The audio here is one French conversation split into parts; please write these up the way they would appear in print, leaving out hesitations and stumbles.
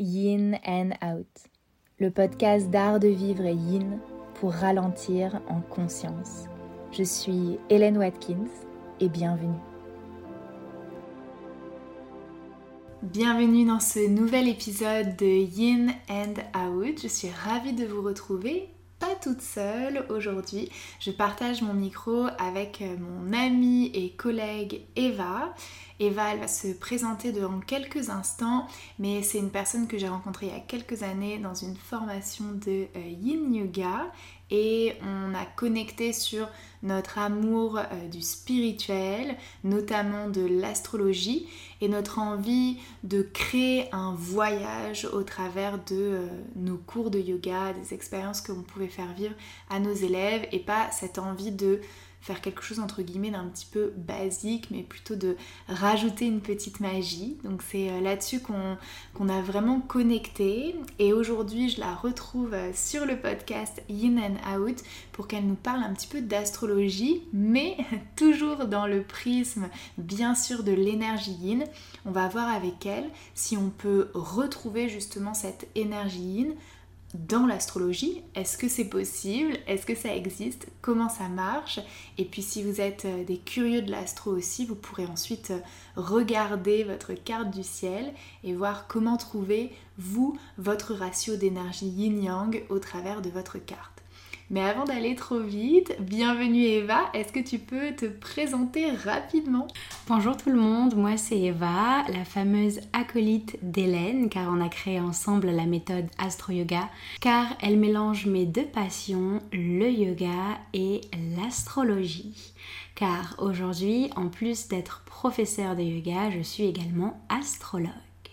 Yin and Out, le podcast d'art de vivre et yin pour ralentir en conscience. Je suis Hélène Watkins et bienvenue. Bienvenue dans ce nouvel épisode de Yin and Out. Je suis ravie de vous retrouver, pas toute seule aujourd'hui. Je partage mon micro avec mon amie et collègue Eva. Eva, elle va se présenter dans quelques instants, mais c'est une personne que j'ai rencontrée il y a quelques années dans une formation de Yin Yoga et on a connecté sur notre amour du spirituel, notamment de l'astrologie et notre envie de créer un voyage au travers de nos cours de yoga, des expériences que l'on pouvait faire vivre à nos élèves et pas cette envie de faire quelque chose entre guillemets d'un petit peu basique, mais plutôt de rajouter une petite magie. Donc c'est là-dessus qu'on a vraiment connecté. Et aujourd'hui, je la retrouve sur le podcast Yin and Out pour qu'elle nous parle un petit peu d'astrologie, mais toujours dans le prisme, bien sûr, de l'énergie yin. On va voir avec elle si on peut retrouver justement cette énergie yin dans l'astrologie. Est-ce que c'est possible? Est-ce que ça existe? Comment ça marche? Et puis si vous êtes des curieux de l'astro aussi, vous pourrez ensuite regarder votre carte du ciel et voir comment trouver, vous, votre ratio d'énergie yin-yang au travers de votre carte. Mais avant d'aller trop vite, bienvenue Eva, est-ce que tu peux te présenter rapidement? Bonjour tout le monde, moi c'est Eva, la fameuse acolyte d'Hélène, car on a créé ensemble la méthode Astro Yoga, car elle mélange mes deux passions, le yoga et l'astrologie. Car aujourd'hui, en plus d'être professeure de yoga, je suis également astrologue.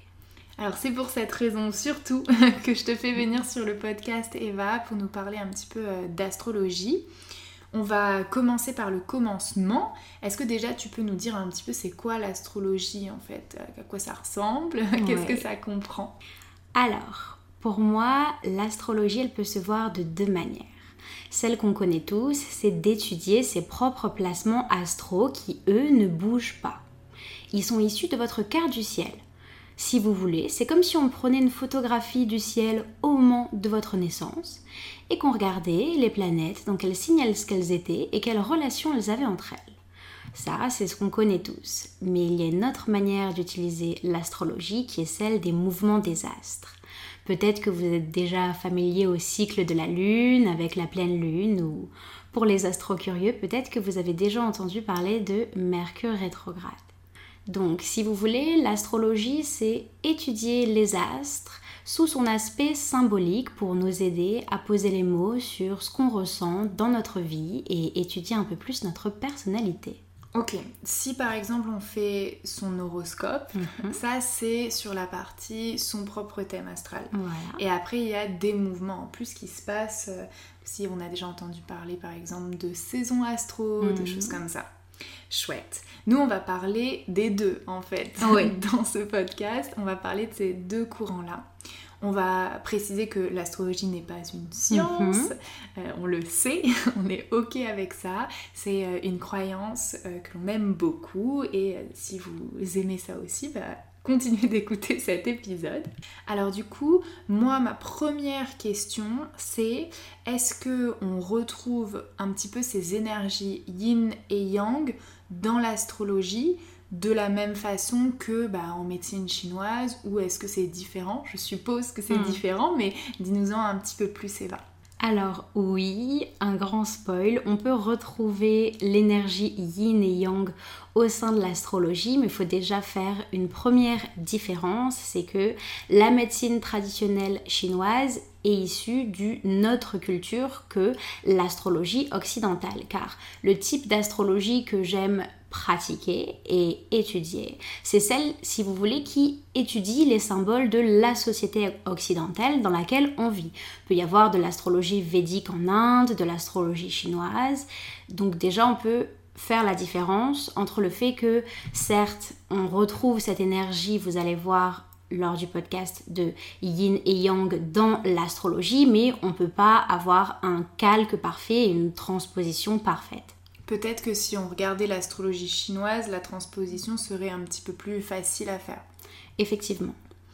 Alors c'est pour cette raison surtout que je te fais venir sur le podcast Eva pour nous parler un petit peu d'astrologie. On va commencer par le commencement. Est-ce que déjà tu peux nous dire un petit peu c'est quoi l'astrologie en fait? À quoi ça ressemble? Qu'est-ce que ça comprend? Alors, pour moi, l'astrologie elle peut se voir de deux manières. Celle qu'on connaît tous, c'est d'étudier ses propres placements astro qui eux ne bougent pas. Ils sont issus de votre carte du ciel. Si vous voulez, c'est comme si on prenait une photographie du ciel au moment de votre naissance et qu'on regardait les planètes, dans quel signe qu'elles étaient et quelles relations elles avaient entre elles. Ça, c'est ce qu'on connaît tous. Mais il y a une autre manière d'utiliser l'astrologie qui est celle des mouvements des astres. Peut-être que vous êtes déjà familier au cycle de la Lune avec la pleine Lune ou pour les astro-curieux, peut-être que vous avez déjà entendu parler de Mercure rétrograde. Donc, si vous voulez, l'astrologie, c'est étudier les astres sous son aspect symbolique pour nous aider à poser les mots sur ce qu'on ressent dans notre vie et étudier un peu plus notre personnalité. Ok, si par exemple on fait son horoscope, ça c'est sur la partie son propre thème astral. Voilà. Et après il y a des mouvements en plus qui se passent, si on a déjà entendu parler par exemple de saison astro, de choses comme ça. Chouette. Nous, on va parler des deux, en fait. Oui. Dans ce podcast, on va parler de ces deux courants-là. On va préciser que l'astrologie n'est pas une science, on le sait, on est ok avec ça. C'est une croyance que l'on aime beaucoup et si vous aimez ça aussi, continuez d'écouter cet épisode. Alors du coup, moi, ma première question, c'est est-ce qu'on retrouve un petit peu ces énergies yin et yang dans l'astrologie de la même façon que en médecine chinoise ou est-ce que c'est différent? Je suppose que c'est différent, mais dis-nous-en un petit peu plus Eva. Alors oui, un grand spoil, on peut retrouver l'énergie yin et yang au sein de l'astrologie, mais il faut déjà faire une première différence, c'est que la médecine traditionnelle chinoise est issue d'une autre culture que l'astrologie occidentale, car le type d'astrologie que j'aime pratiquer et étudier, c'est celle, si vous voulez, qui étudie les symboles de la société occidentale dans laquelle on vit. Il peut y avoir de l'astrologie védique en Inde, de l'astrologie chinoise, donc déjà on peut faire la différence entre le fait que, certes, on retrouve cette énergie, vous allez voir lors du podcast de Yin et Yang dans l'astrologie, mais on ne peut pas avoir un calque parfait et une transposition parfaite. Peut-être que si on regardait l'astrologie chinoise, la transposition serait un petit peu plus facile à faire. Effectivement.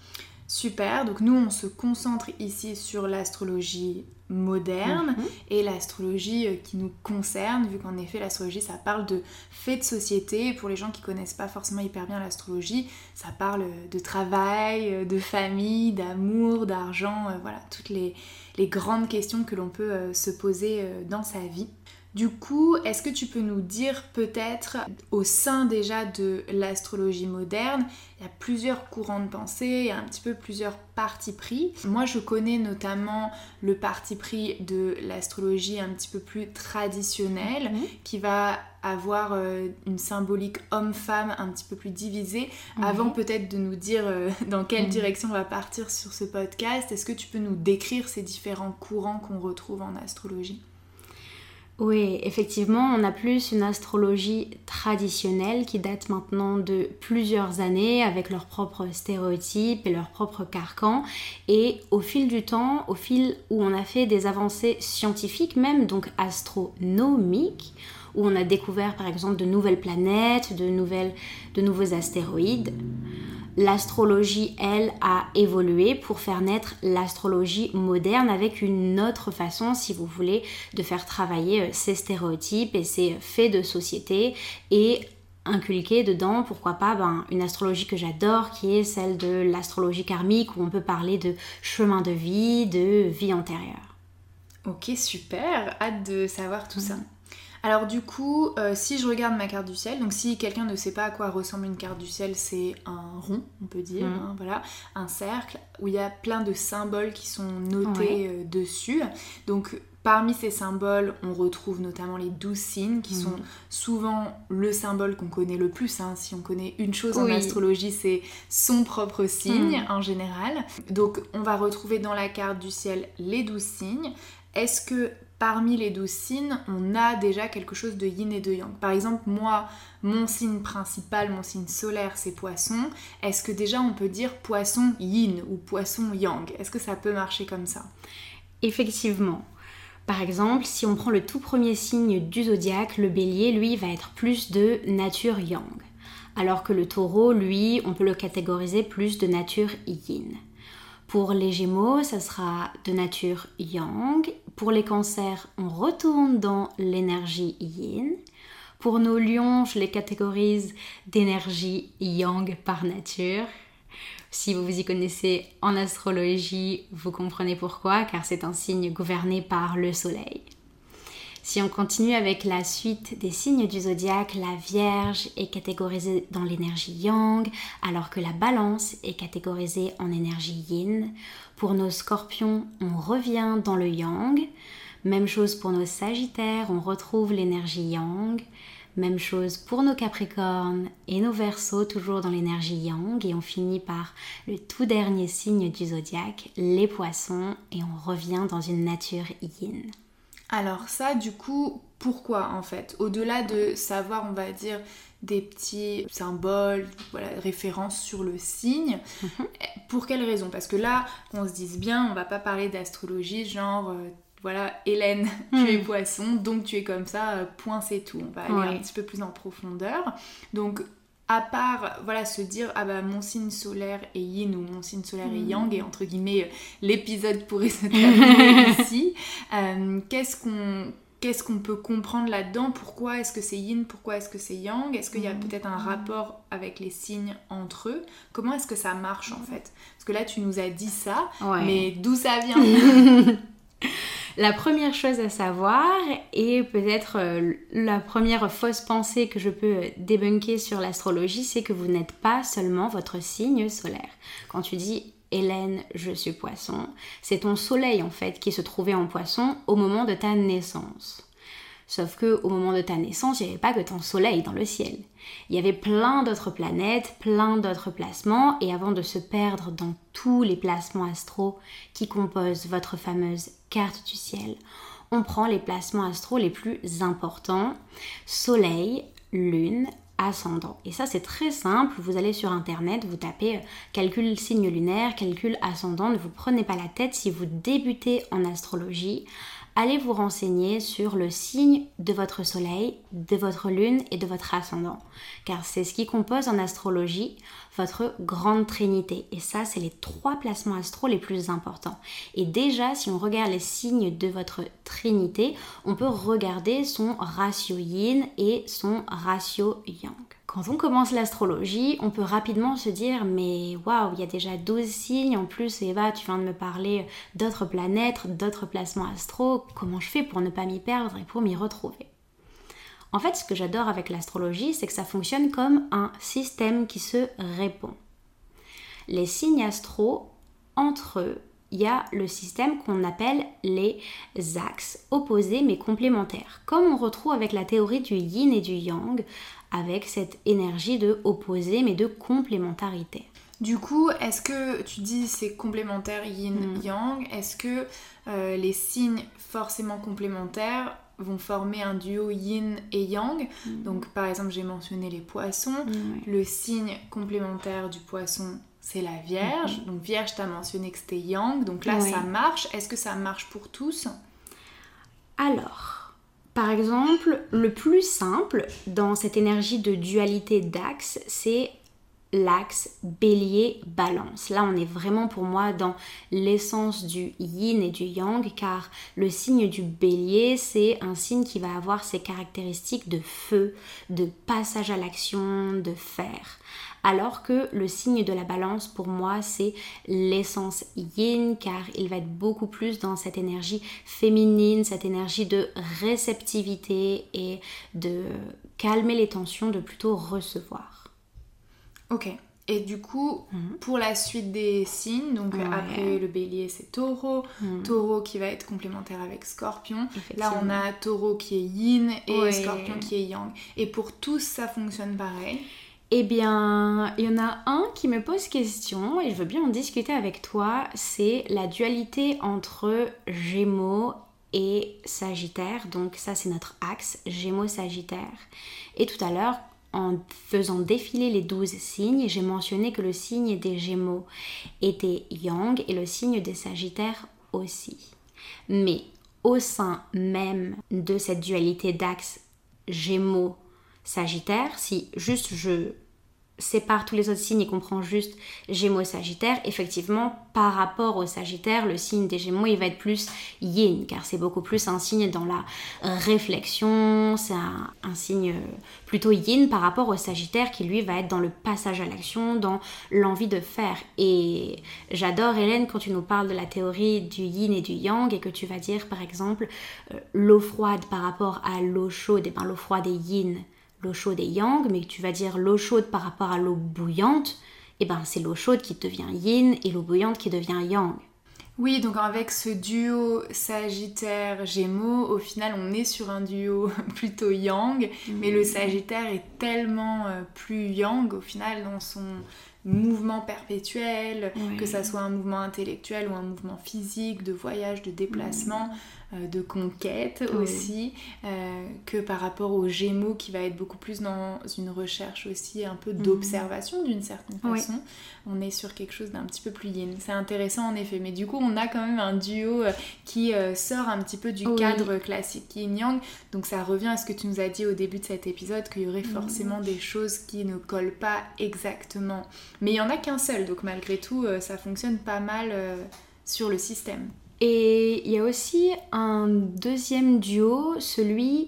Super, donc nous on se concentre ici sur l'astrologie moderne et l'astrologie qui nous concerne, vu qu'en effet l'astrologie ça parle de faits de société. Pour les gens qui connaissent pas forcément hyper bien l'astrologie, ça parle de travail, de famille, d'amour, d'argent, voilà, toutes les grandes questions que l'on peut se poser dans sa vie. Du coup, est-ce que tu peux nous dire peut-être, au sein déjà de l'astrologie moderne, il y a plusieurs courants de pensée, il y a un petit peu plusieurs partis pris. Moi, je connais notamment le parti pris de l'astrologie un petit peu plus traditionnelle, qui va avoir une symbolique homme-femme un petit peu plus divisée. Avant peut-être de nous dire dans quelle direction on va partir sur ce podcast, est-ce que tu peux nous décrire ces différents courants qu'on retrouve en astrologie ? Oui, effectivement, on a plus une astrologie traditionnelle qui date maintenant de plusieurs années avec leurs propres stéréotypes et leurs propres carcans. Et au fil du temps, au fil où on a fait des avancées scientifiques, même donc astronomiques, où on a découvert par exemple de nouvelles planètes, de nouveaux astéroïdes, l'astrologie, elle, a évolué pour faire naître l'astrologie moderne avec une autre façon, si vous voulez, de faire travailler ces stéréotypes et ces faits de société et inculquer dedans, pourquoi pas, une astrologie que j'adore qui est celle de l'astrologie karmique où on peut parler de chemin de vie antérieure. Ok, super, hâte de savoir tout ça. Alors du coup, si je regarde ma carte du ciel, donc si quelqu'un ne sait pas à quoi ressemble une carte du ciel, c'est un rond, on peut dire, voilà, un cercle où il y a plein de symboles qui sont notés dessus. Donc parmi ces symboles, on retrouve notamment les 12 signes qui sont souvent le symbole qu'on connaît le plus. Si on connaît une chose en astrologie, c'est son propre signe en général. Donc on va retrouver dans la carte du ciel les 12 signes. Est-ce que parmi les 12 signes, on a déjà quelque chose de yin et de yang? Par exemple, moi, mon signe principal, mon signe solaire, c'est Poisson. Est-ce que déjà on peut dire Poisson yin ou Poisson yang? Est-ce que ça peut marcher comme ça? Effectivement. Par exemple, si on prend le tout premier signe du zodiaque, le Bélier, lui, va être plus de nature yang. Alors que le Taureau, lui, on peut le catégoriser plus de nature yin. Pour les Gémeaux, ça sera de nature yang. Pour les Cancers, on retourne dans l'énergie yin. Pour nos Lions, je les catégorise d'énergie yang par nature. Si vous vous y connaissez en astrologie, vous comprenez pourquoi, car c'est un signe gouverné par le Soleil. Si on continue avec la suite des signes du zodiaque, la Vierge est catégorisée dans l'énergie yang, alors que la Balance est catégorisée en énergie yin. Pour nos Scorpions, on revient dans le yang. Même chose pour nos Sagittaires, on retrouve l'énergie yang. Même chose pour nos Capricornes et nos Verseaux, toujours dans l'énergie yang. Et on finit par le tout dernier signe du zodiaque, les Poissons, et on revient dans une nature yin. Alors ça, du coup, pourquoi en fait? Au-delà de savoir, on va dire, des petits symboles, voilà, références sur le signe, pour quelle raison? Parce que là, qu'on se dise bien, on va pas parler d'astrologie, genre... voilà, Hélène, tu es Poisson, donc tu es comme ça, point, c'est tout. On va aller un petit peu plus en profondeur. Donc, à part, voilà, se dire, mon signe solaire est yin ou mon signe solaire est yang, et entre guillemets, l'épisode pourrait se terminer ici. Qu'est-ce qu'on peut comprendre là-dedans? Pourquoi est-ce que c'est yin? Pourquoi est-ce que c'est yang? Est-ce qu'il y a peut-être un rapport avec les signes entre eux? Comment est-ce que ça marche, en fait? Parce que là, tu nous as dit ça, mais d'où ça vient? La première chose à savoir, et peut-être la première fausse pensée que je peux débunker sur l'astrologie, c'est que vous n'êtes pas seulement votre signe solaire. Quand tu dis « Hélène, je suis Poisson », c'est ton soleil en fait qui se trouvait en Poisson au moment de ta naissance. Sauf qu'au moment de ta naissance, il n'y avait pas que ton soleil dans le ciel. Il y avait plein d'autres planètes, plein d'autres placements, et avant de se perdre dans tous les placements astro qui composent votre fameuse carte du ciel, on prend les placements astro les plus importants, soleil, lune, ascendant. Et ça c'est très simple, vous allez sur internet, vous tapez calcul signe lunaire, calcul ascendant, ne vous prenez pas la tête si vous débutez en astrologie. allez vous renseigner sur le signe de votre soleil, de votre lune et de votre ascendant. Car c'est ce qui compose en astrologie votre grande trinité. Et ça, c'est les 3 placements astro les plus importants. Et déjà, si on regarde les signes de votre trinité, on peut regarder son ratio yin et son ratio yang. Quand on commence l'astrologie, on peut rapidement se dire mais waouh, il y a déjà 12 signes, en plus Eva, tu viens de me parler d'autres planètes, d'autres placements astro, comment je fais pour ne pas m'y perdre et pour m'y retrouver? En fait, ce que j'adore avec l'astrologie, c'est que ça fonctionne comme un système qui se répond. Les signes astro, entre eux, il y a le système qu'on appelle les axes opposés mais complémentaires, comme on retrouve avec la théorie du yin et du yang, avec cette énergie de opposé mais de complémentarité. Du coup, est-ce que tu dis c'est complémentaire yin-yang, est-ce que les signes forcément complémentaires vont former un duo yin et yang? Donc par exemple, j'ai mentionné les poissons, le signe complémentaire du poisson, c'est la Vierge. Donc Vierge, tu as mentionné que c'était yang, donc là ça marche. Est-ce que ça marche pour tous? Alors, par exemple, le plus simple dans cette énergie de dualité d'axe, c'est l'axe bélier-balance. Là, on est vraiment pour moi dans l'essence du yin et du yang, car le signe du bélier, c'est un signe qui va avoir ses caractéristiques de feu, de passage à l'action, de fer. Alors que le signe de la balance, pour moi, c'est l'essence yin, car il va être beaucoup plus dans cette énergie féminine, cette énergie de réceptivité et de calmer les tensions, de plutôt recevoir. Ok, et du coup, pour la suite des signes, donc après le bélier c'est taureau, taureau qui va être complémentaire avec scorpion, là on a taureau qui est yin et scorpion qui est yang. Et pour tous ça fonctionne pareil? Eh bien, il y en a un qui me pose question et je veux bien en discuter avec toi, c'est la dualité entre Gémeaux et Sagittaire, donc ça c'est notre axe, Gémeaux-Sagittaire. Et tout à l'heure, en faisant défiler les 12 signes, j'ai mentionné que le signe des Gémeaux était yang et le signe des Sagittaires aussi. Mais au sein même de cette dualité d'axe Gémeaux-Sagittaire, si juste je sépare tous les autres signes et qu'on prend juste Gémeaux-Sagittaire, effectivement, par rapport au Sagittaire, le signe des Gémeaux, il va être plus yin, car c'est beaucoup plus un signe dans la réflexion, c'est un signe plutôt yin par rapport au Sagittaire qui, lui, va être dans le passage à l'action, dans l'envie de faire. Et j'adore, Hélène, quand tu nous parles de la théorie du yin et du yang, et que tu vas dire, par exemple, l'eau froide par rapport à l'eau chaude, et bien l'eau froide est yin, l'eau chaude est yang, mais tu vas dire l'eau chaude par rapport à l'eau bouillante, et ben c'est l'eau chaude qui devient yin et l'eau bouillante qui devient yang. Oui, donc avec ce duo Sagittaire-Gémeaux, au final on est sur un duo plutôt yang, mais le Sagittaire est tellement plus yang au final dans son mouvement perpétuel, que ça soit un mouvement intellectuel ou un mouvement physique, de voyage, de déplacement, de conquête aussi, que par rapport aux Gémeaux qui va être beaucoup plus dans une recherche aussi un peu d'observation d'une certaine façon. On est sur quelque chose d'un petit peu plus yin. C'est intéressant en effet, mais du coup on a quand même un duo qui sort un petit peu du cadre classique yin-yang, donc ça revient à ce que tu nous as dit au début de cet épisode, qu'il y aurait forcément des choses qui ne collent pas exactement. Mais il n'y en a qu'un seul, donc malgré tout, ça fonctionne pas mal sur le système. Et il y a aussi un deuxième duo, celui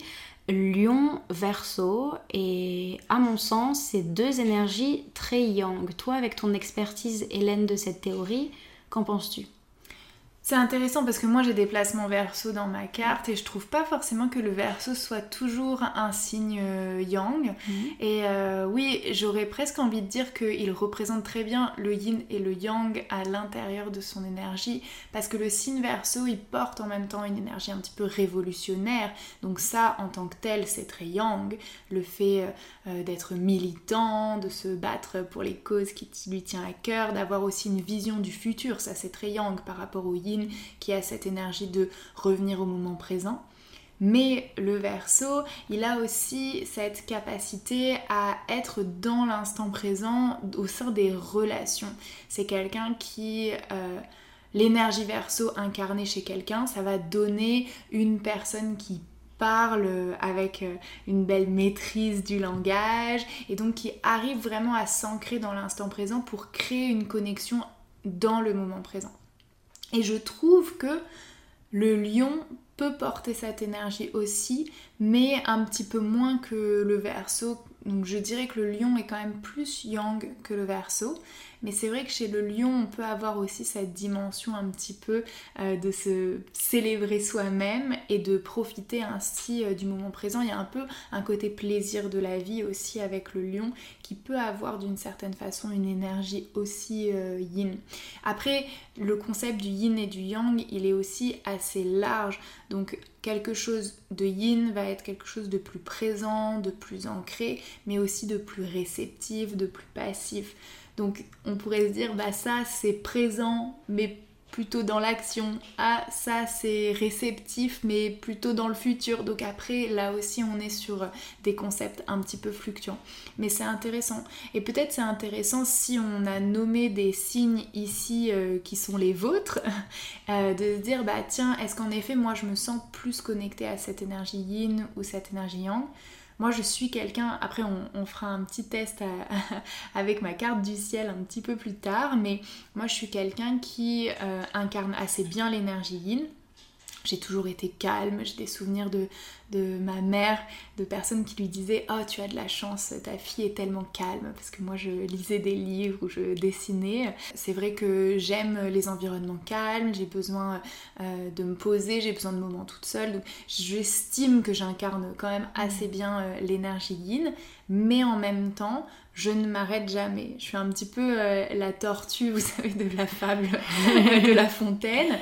Lion-Verseau, et à mon sens, c'est deux énergies très yang. Toi, avec ton expertise, Hélène, de cette théorie, qu'en penses-tu ? C'est intéressant parce que moi j'ai des placements Verseau dans ma carte et je trouve pas forcément que le Verseau soit toujours un signe yang. Et oui, j'aurais presque envie de dire qu'il représente très bien le yin et le yang à l'intérieur de son énergie, parce que le signe Verseau il porte en même temps une énergie un petit peu révolutionnaire, donc ça en tant que tel c'est très yang, le fait d'être militant, de se battre pour les causes qui lui tient à cœur, d'avoir aussi une vision du futur, ça c'est très yang par rapport au yin qui a cette énergie de revenir au moment présent. Mais le Verseau, il a aussi cette capacité à être dans l'instant présent au sein des relations. C'est quelqu'un qui l'énergie Verseau incarnée chez quelqu'un, ça va donner une personne qui parle avec une belle maîtrise du langage et donc qui arrive vraiment à s'ancrer dans l'instant présent pour créer une connexion dans le moment présent. Et je trouve que le lion peut porter cette énergie aussi, mais un petit peu moins que le Verseau. Donc je dirais que le lion est quand même plus yang que le Verseau. Mais c'est vrai que chez le lion, on peut avoir aussi cette dimension un petit peu de se célébrer soi-même et de profiter ainsi du moment présent. Il y a un peu un côté plaisir de la vie aussi avec le lion qui peut avoir d'une certaine façon une énergie aussi yin. Après, le concept du yin et du yang, il est aussi assez large. Donc quelque chose de yin va être quelque chose de plus présent, de plus ancré, mais aussi de plus réceptif, de plus passif. Donc on pourrait se dire, bah ça c'est présent mais plutôt dans l'action. Ah ça c'est réceptif mais plutôt dans le futur. Donc après là aussi on est sur des concepts un petit peu fluctuants. Mais c'est intéressant. Et peut-être c'est intéressant si on a nommé des signes ici qui sont les vôtres, de se dire bah tiens, est-ce qu'en effet moi je me sens plus connectée à cette énergie yin ou cette énergie yang ? Moi je suis quelqu'un, après on fera un petit test avec ma carte du ciel un petit peu plus tard, mais moi je suis quelqu'un qui incarne assez bien l'énergie yin. J'ai toujours été calme, j'ai des souvenirs de ma mère, de personnes qui lui disaient « Oh, tu as de la chance, ta fille est tellement calme » parce que moi je lisais des livres ou je dessinais. C'est vrai que j'aime les environnements calmes, j'ai besoin de me poser, j'ai besoin de moments toute seule. Donc j'estime que j'incarne quand même assez bien l'énergie yin, mais en même temps, je ne m'arrête jamais. Je suis un petit peu la tortue, vous savez, de la fable de La Fontaine.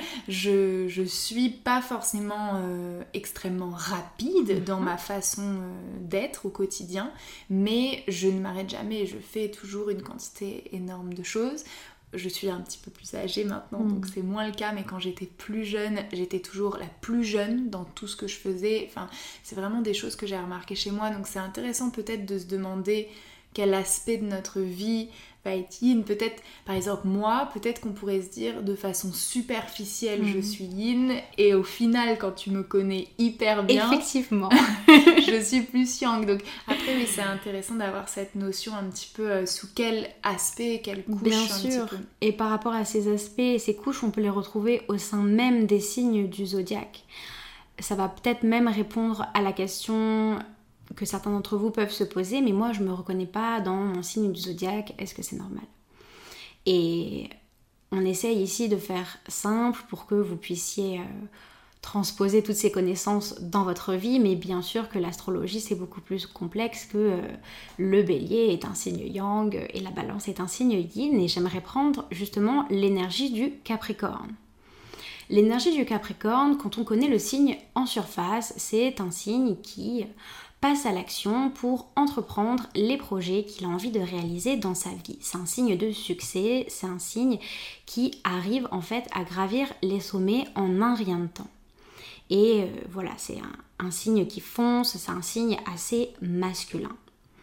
Je suis pas forcément extrêmement rapide dans ma façon d'être au quotidien, mais je ne m'arrête jamais. Je fais toujours une quantité énorme de choses. Je suis un petit peu plus âgée maintenant, donc c'est moins le cas, mais quand j'étais plus jeune, j'étais toujours la plus jeune dans tout ce que je faisais. Enfin, c'est vraiment des choses que j'ai remarquées chez moi, donc c'est intéressant peut-être de se demander quel aspect de notre vie va être yin. Peut-être, par exemple, moi, peut-être qu'on pourrait se dire de façon superficielle, je suis yin, et au final, quand tu me connais hyper bien, effectivement, je suis plus yang. Donc après, oui, c'est intéressant d'avoir cette notion un petit peu sous quel aspect, quelle couche. Bien sûr, et par rapport à ces aspects et ces couches, on peut les retrouver au sein même des signes du zodiaque. Ça va peut-être même répondre à la question que certains d'entre vous peuvent se poser, mais moi je me reconnais pas dans mon signe du zodiaque, est-ce que c'est normal ? Et on essaye ici de faire simple pour que vous puissiez transposer toutes ces connaissances dans votre vie, mais bien sûr que l'astrologie c'est beaucoup plus complexe que le bélier est un signe yang et la balance est un signe yin, et j'aimerais prendre justement l'énergie du Capricorne. L'énergie du Capricorne, quand on connaît le signe en surface, c'est un signe qui passe à l'action pour entreprendre les projets qu'il a envie de réaliser dans sa vie. C'est un signe de succès, c'est un signe qui arrive en fait à gravir les sommets en un rien de temps. Et voilà, c'est un signe qui fonce, c'est un signe assez masculin.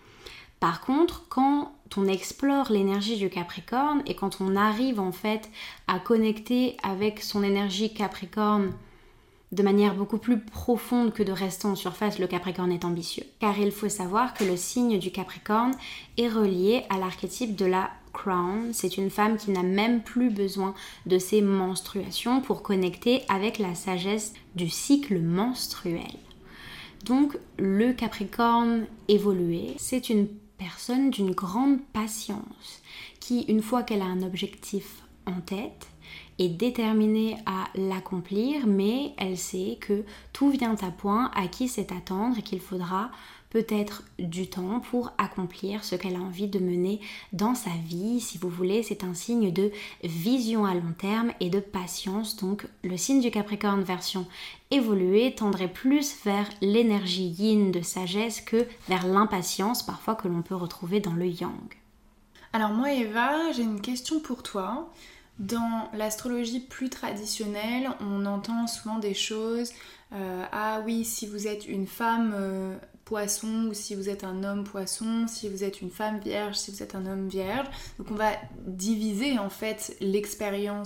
Par contre, quand on explore l'énergie du Capricorne et quand on arrive en fait à connecter avec son énergie Capricorne de manière beaucoup plus profonde que de rester en surface, le Capricorne est ambitieux. Car il faut savoir que le signe du Capricorne est relié à l'archétype de la Crown. C'est une femme qui n'a même plus besoin de ses menstruations pour connecter avec la sagesse du cycle menstruel. Donc le Capricorne évolué, c'est une personne d'une grande patience qui, une fois qu'elle a un objectif en tête, est déterminée à l'accomplir, mais elle sait que tout vient à point, à qui c'est attendre et qu'il faudra peut-être du temps pour accomplir ce qu'elle a envie de mener dans sa vie. Si vous voulez, c'est un signe de vision à long terme et de patience. Donc le signe du Capricorne version évoluée tendrait plus vers l'énergie yin de sagesse que vers l'impatience parfois que l'on peut retrouver dans le yang. Alors moi Eva, j'ai une question pour toi. Dans l'astrologie plus traditionnelle, on entend souvent des choses ah oui, si vous êtes une femme poisson, ou si vous êtes un homme poisson, si vous êtes une femme vierge, si vous êtes un homme vierge. Donc on va diviser en fait l'expérience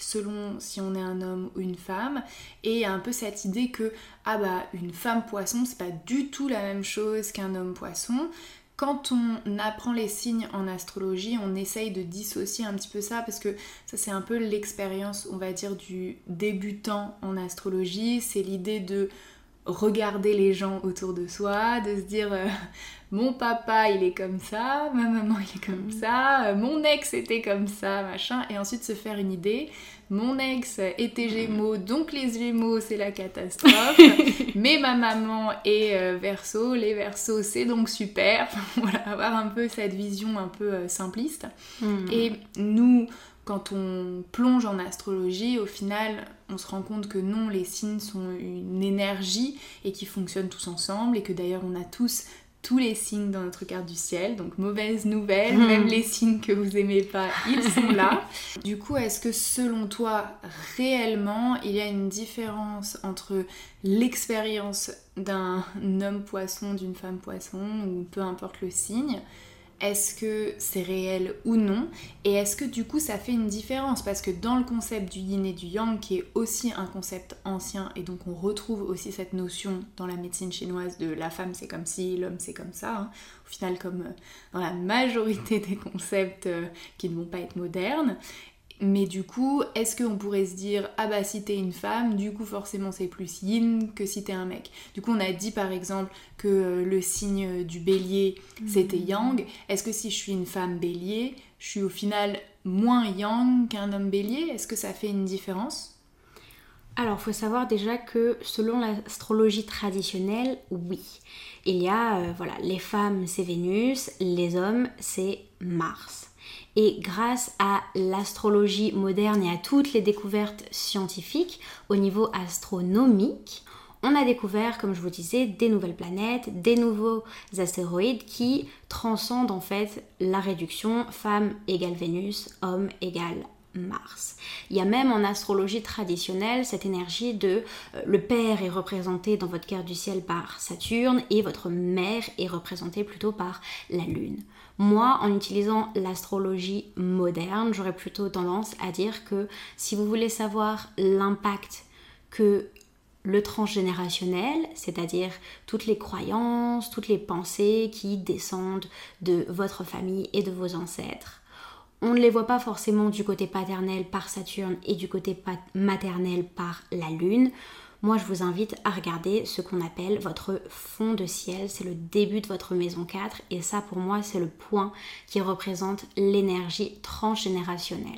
selon si on est un homme ou une femme. Et il y a un peu cette idée que une femme poisson, c'est pas du tout la même chose qu'un homme poisson. Quand on apprend les signes en astrologie, on essaye de dissocier un petit peu ça parce que ça c'est un peu l'expérience, on va dire, du débutant en astrologie. C'est l'idée de regarder les gens autour de soi, de se dire mon papa il est comme ça, ma maman il est comme ça, mon ex était comme ça, machin, et ensuite se faire une idée. Mon ex était Gémeaux, donc les Gémeaux c'est la catastrophe, mais ma maman est Verseau, les Verseaux c'est donc super. Voilà, avoir un peu cette vision un peu simpliste. Et nous, quand on plonge en astrologie, au final, on se rend compte que non, les signes sont une énergie et qui fonctionnent tous ensemble, et que d'ailleurs on a tous les signes dans notre carte du ciel, donc mauvaise nouvelle, même les signes que vous aimez pas, ils sont là. Du coup, est-ce que selon toi, réellement, il y a une différence entre l'expérience d'un homme poisson, d'une femme poisson, ou peu importe le signe? Est-ce que c'est réel ou non? Et est-ce que du coup ça fait une différence? Parce que dans le concept du yin et du yang, qui est aussi un concept ancien, et donc on retrouve aussi cette notion dans la médecine chinoise de la femme c'est comme ci, l'homme c'est comme ça, hein. Au final, comme dans la majorité des concepts qui ne vont pas être modernes. Mais du coup, est-ce qu'on pourrait se dire si t'es une femme, du coup forcément c'est plus yin que si t'es un mec? Du coup on a dit par exemple que le signe du bélier c'était yang. Est-ce que si je suis une femme bélier, je suis au final moins yang qu'un homme bélier? Est-ce que ça fait une différence? Alors, il faut savoir déjà que selon l'astrologie traditionnelle, oui. Il y a, les femmes c'est Vénus, les hommes c'est Mars. Et grâce à l'astrologie moderne et à toutes les découvertes scientifiques au niveau astronomique, on a découvert, comme je vous disais, des nouvelles planètes, des nouveaux astéroïdes qui transcendent en fait la réduction femme égale Vénus, homme égale Mars. Il y a même en astrologie traditionnelle cette énergie de le père est représenté dans votre carte du ciel par Saturne et votre mère est représentée plutôt par la Lune. Moi, en utilisant l'astrologie moderne, j'aurais plutôt tendance à dire que si vous voulez savoir l'impact que le transgénérationnel, c'est-à-dire toutes les croyances, toutes les pensées qui descendent de votre famille et de vos ancêtres, on ne les voit pas forcément du côté paternel par Saturne et du côté maternel par la Lune. Moi, je vous invite à regarder ce qu'on appelle votre fond de ciel. C'est le début de votre maison 4 et ça, pour moi, c'est le point qui représente l'énergie transgénérationnelle.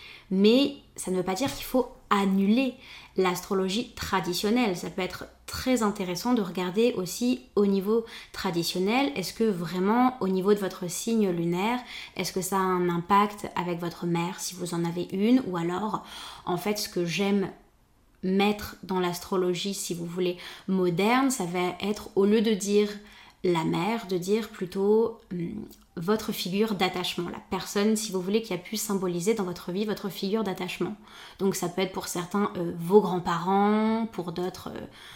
Mais ça ne veut pas dire qu'il faut annuler l'astrologie traditionnelle. Ça peut être très intéressant de regarder aussi au niveau traditionnel. Est-ce que vraiment au niveau de votre signe lunaire, est-ce que ça a un impact avec votre mère si vous en avez une? Ou alors, en fait, ce que j'aime mettre dans l'astrologie, si vous voulez, moderne, ça va être, au lieu de dire la mère, de dire plutôt votre figure d'attachement, la personne, si vous voulez, qui a pu symboliser dans votre vie votre figure d'attachement. Donc ça peut être pour certains vos grands-parents, pour d'autres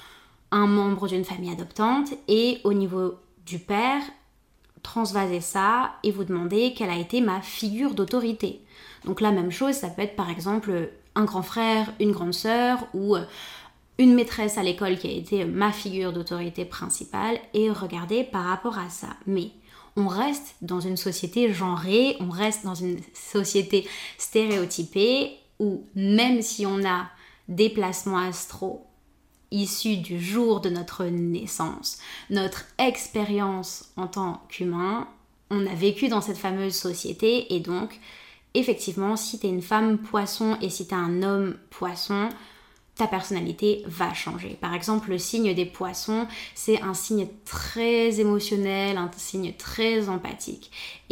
un membre d'une famille adoptante, et au niveau du père, transvasez ça et vous demandez quelle a été ma figure d'autorité. Donc la même chose, ça peut être par exemple un grand frère, une grande sœur ou une maîtresse à l'école qui a été ma figure d'autorité principale, et regardez par rapport à ça. Mais on reste dans une société genrée, on reste dans une société stéréotypée où même si on a des placements astro issus du jour de notre naissance, notre expérience en tant qu'humain, on a vécu dans cette fameuse société, et donc effectivement, si t'es une femme poisson et si t'es un homme poisson, ta personnalité va changer. Par exemple, le signe des poissons, c'est un signe très émotionnel, un signe très empathique.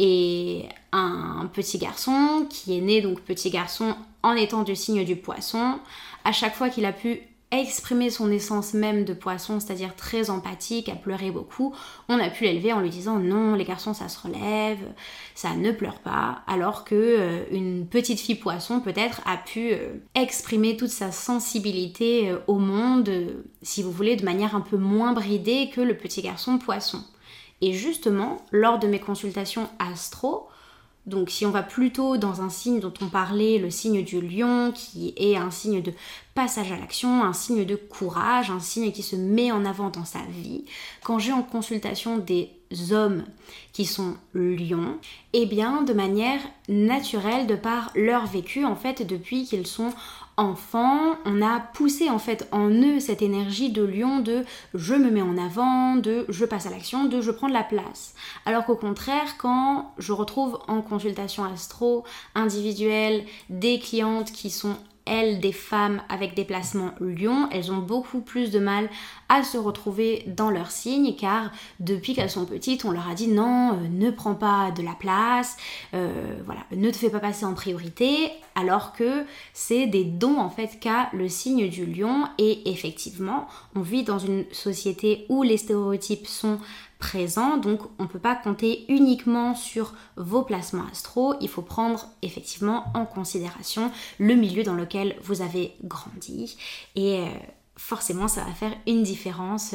Et un petit garçon qui est né donc petit garçon en étant du signe du poisson, à chaque fois qu'il a pu exprimer son essence même de poisson, c'est-à-dire très empathique, à pleurer beaucoup, on a pu l'élever en lui disant non, les garçons ça se relève, ça ne pleure pas, alors que une petite fille poisson peut-être a pu exprimer toute sa sensibilité au monde, si vous voulez, de manière un peu moins bridée que le petit garçon poisson. Et justement, lors de mes consultations astro, Donc si on va plutôt dans un signe dont on parlait, le signe du lion, qui est un signe de passage à l'action, un signe de courage, un signe qui se met en avant dans sa vie, quand j'ai en consultation des hommes qui sont lions, eh bien de manière naturelle, de par leur vécu en fait depuis qu'ils sont enfants, on a poussé en fait en eux cette énergie de lion, de je me mets en avant, de je passe à l'action, de je prends de la place. Alors qu'au contraire, quand je retrouve en consultation astro individuelle des clientes qui sont elles, des femmes avec des placements lion, elles ont beaucoup plus de mal à se retrouver dans leur signe car depuis qu'elles sont petites, on leur a dit non, ne prends pas de la place, voilà, ne te fais pas passer en priorité, alors que c'est des dons en fait qu'a le signe du lion et effectivement, on vit dans une société où les stéréotypes sont présents, donc on ne peut pas compter uniquement sur vos placements astro, il faut prendre effectivement en considération le milieu dans lequel vous avez grandi et forcément ça va faire une différence,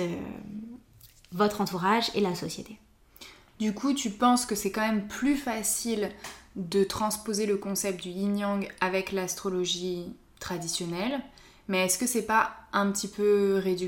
votre entourage et la société. Du coup, tu penses que c'est quand même plus facile de transposer le concept du yin-yang avec l'astrologie traditionnelle, mais est-ce que c'est pas un petit peu réducteur ?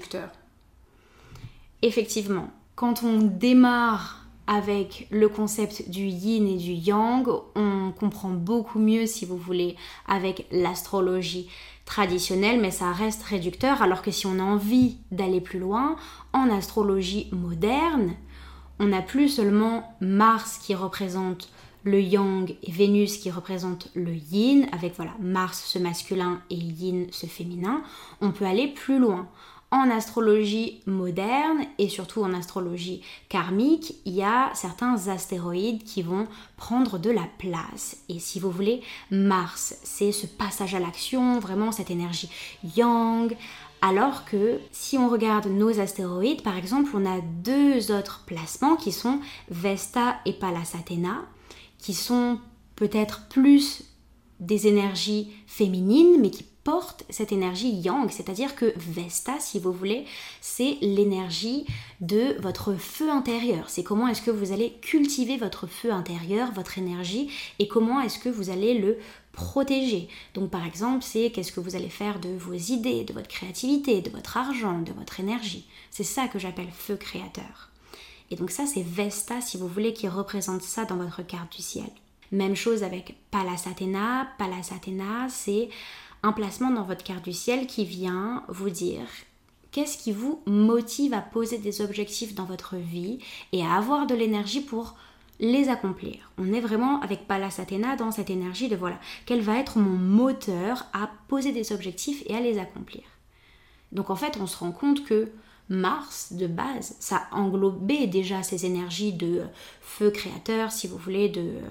Effectivement. Quand on démarre avec le concept du yin et du yang, on comprend beaucoup mieux, si vous voulez, avec l'astrologie traditionnelle, mais ça reste réducteur, alors que si on a envie d'aller plus loin, en astrologie moderne, on n'a plus seulement Mars qui représente le yang et Vénus qui représente le yin, avec voilà Mars ce masculin et yin ce féminin, on peut aller plus loin. En astrologie moderne et surtout en astrologie karmique, il y a certains astéroïdes qui vont prendre de la place. Et si vous voulez, Mars, c'est ce passage à l'action, vraiment cette énergie yang. Alors que si on regarde nos astéroïdes, par exemple, on a deux autres placements qui sont Vesta et Pallas Athéna, qui sont peut-être plus des énergies féminines, mais qui porte cette énergie yang, c'est-à-dire que Vesta, si vous voulez, c'est l'énergie de votre feu intérieur. C'est comment est-ce que vous allez cultiver votre feu intérieur, votre énergie, et comment est-ce que vous allez le protéger. Donc par exemple, c'est qu'est-ce que vous allez faire de vos idées, de votre créativité, de votre argent, de votre énergie. C'est ça que j'appelle feu créateur. Et donc ça, c'est Vesta, si vous voulez, qui représente ça dans votre carte du ciel. Même chose avec Pallas Athéna. Pallas Athéna, c'est un placement dans votre carte du ciel qui vient vous dire qu'est-ce qui vous motive à poser des objectifs dans votre vie et à avoir de l'énergie pour les accomplir. On est vraiment avec Pallas Athéna dans cette énergie de voilà, quel va être mon moteur à poser des objectifs et à les accomplir. Donc en fait, on se rend compte que Mars, de base, ça englobait déjà ces énergies de feu créateur, si vous voulez,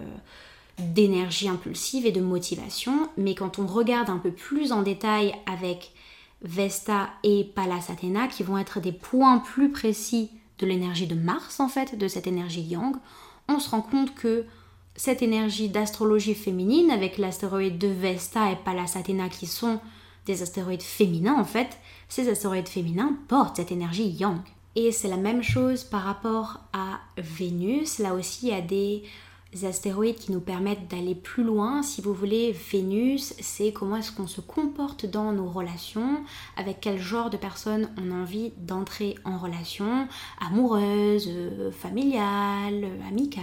d'énergie impulsive et de motivation, mais quand on regarde un peu plus en détail avec Vesta et Pallas Athéna, qui vont être des points plus précis de l'énergie de Mars en fait, de cette énergie yang, on se rend compte que cette énergie d'astrologie féminine, avec l'astéroïde de Vesta et Pallas Athéna qui sont des astéroïdes féminins en fait, ces astéroïdes féminins portent cette énergie yang. Et c'est la même chose par rapport à Vénus, là aussi il y a des astéroïdes qui nous permettent d'aller plus loin. Si vous voulez, Vénus, c'est comment est-ce qu'on se comporte dans nos relations, avec quel genre de personnes on a envie d'entrer en relation, amoureuse, familiale, amicale.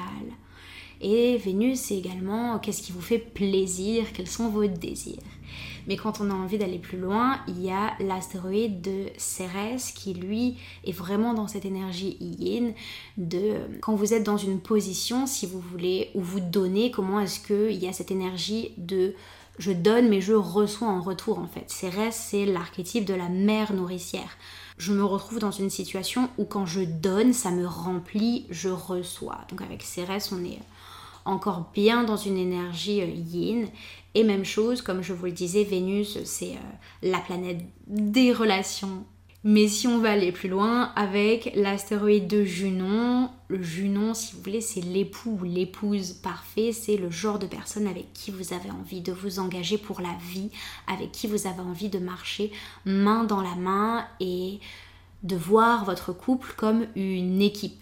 Et Vénus, c'est également qu'est-ce qui vous fait plaisir, quels sont vos désirs. Mais quand on a envie d'aller plus loin, il y a l'astéroïde de Cérès qui lui est vraiment dans cette énergie yin de quand vous êtes dans une position, si vous voulez, où vous donnez, comment est-ce qu'il y a cette énergie de je donne mais je reçois en retour en fait. Cérès, c'est l'archétype de la mère nourricière. Je me retrouve dans une situation où quand je donne, ça me remplit, je reçois. Donc avec Cérès, on est encore bien dans une énergie yin. Et même chose, comme je vous le disais, Vénus, c'est la planète des relations. Mais si on va aller plus loin, avec l'astéroïde de Junon, le Junon, si vous voulez, c'est l'époux ou l'épouse parfait, c'est le genre de personne avec qui vous avez envie de vous engager pour la vie, avec qui vous avez envie de marcher main dans la main et de voir votre couple comme une équipe.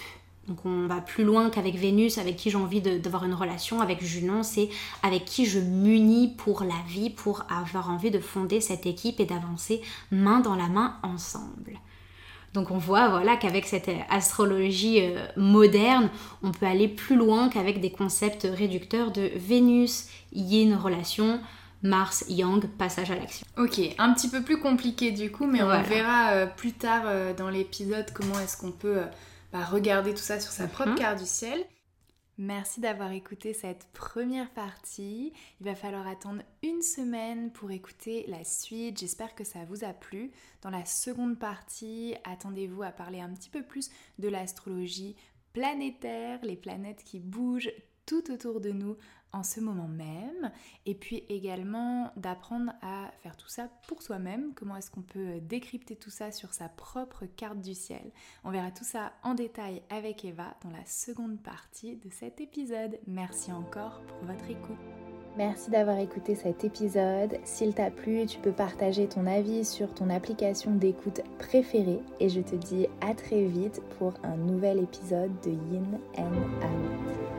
Donc on va plus loin qu'avec Vénus, avec qui j'ai envie d'avoir une relation. Avec Junon, c'est avec qui je m'unis pour la vie, pour avoir envie de fonder cette équipe et d'avancer main dans la main ensemble. Donc on voit voilà, qu'avec cette astrologie moderne, on peut aller plus loin qu'avec des concepts réducteurs de Vénus, Yin, relation, Mars, Yang, passage à l'action. Ok, un petit peu plus compliqué du coup, mais on verra plus tard dans l'épisode comment est-ce qu'on peut regarder tout ça sur sa propre carte du ciel. Merci d'avoir écouté cette première partie. Il va falloir attendre une semaine pour écouter la suite. J'espère que ça vous a plu. Dans la seconde partie, attendez-vous à parler un petit peu plus de l'astrologie planétaire, les planètes qui bougent tout autour de nous en ce moment même, et puis également d'apprendre à faire tout ça pour soi-même, comment est-ce qu'on peut décrypter tout ça sur sa propre carte du ciel. On verra tout ça en détail avec Eva dans la seconde partie de cet épisode. Merci encore pour votre écoute. Merci d'avoir écouté cet épisode. S'il t'a plu, tu peux partager ton avis sur ton application d'écoute préférée et je te dis à très vite pour un nouvel épisode de Yin and Out.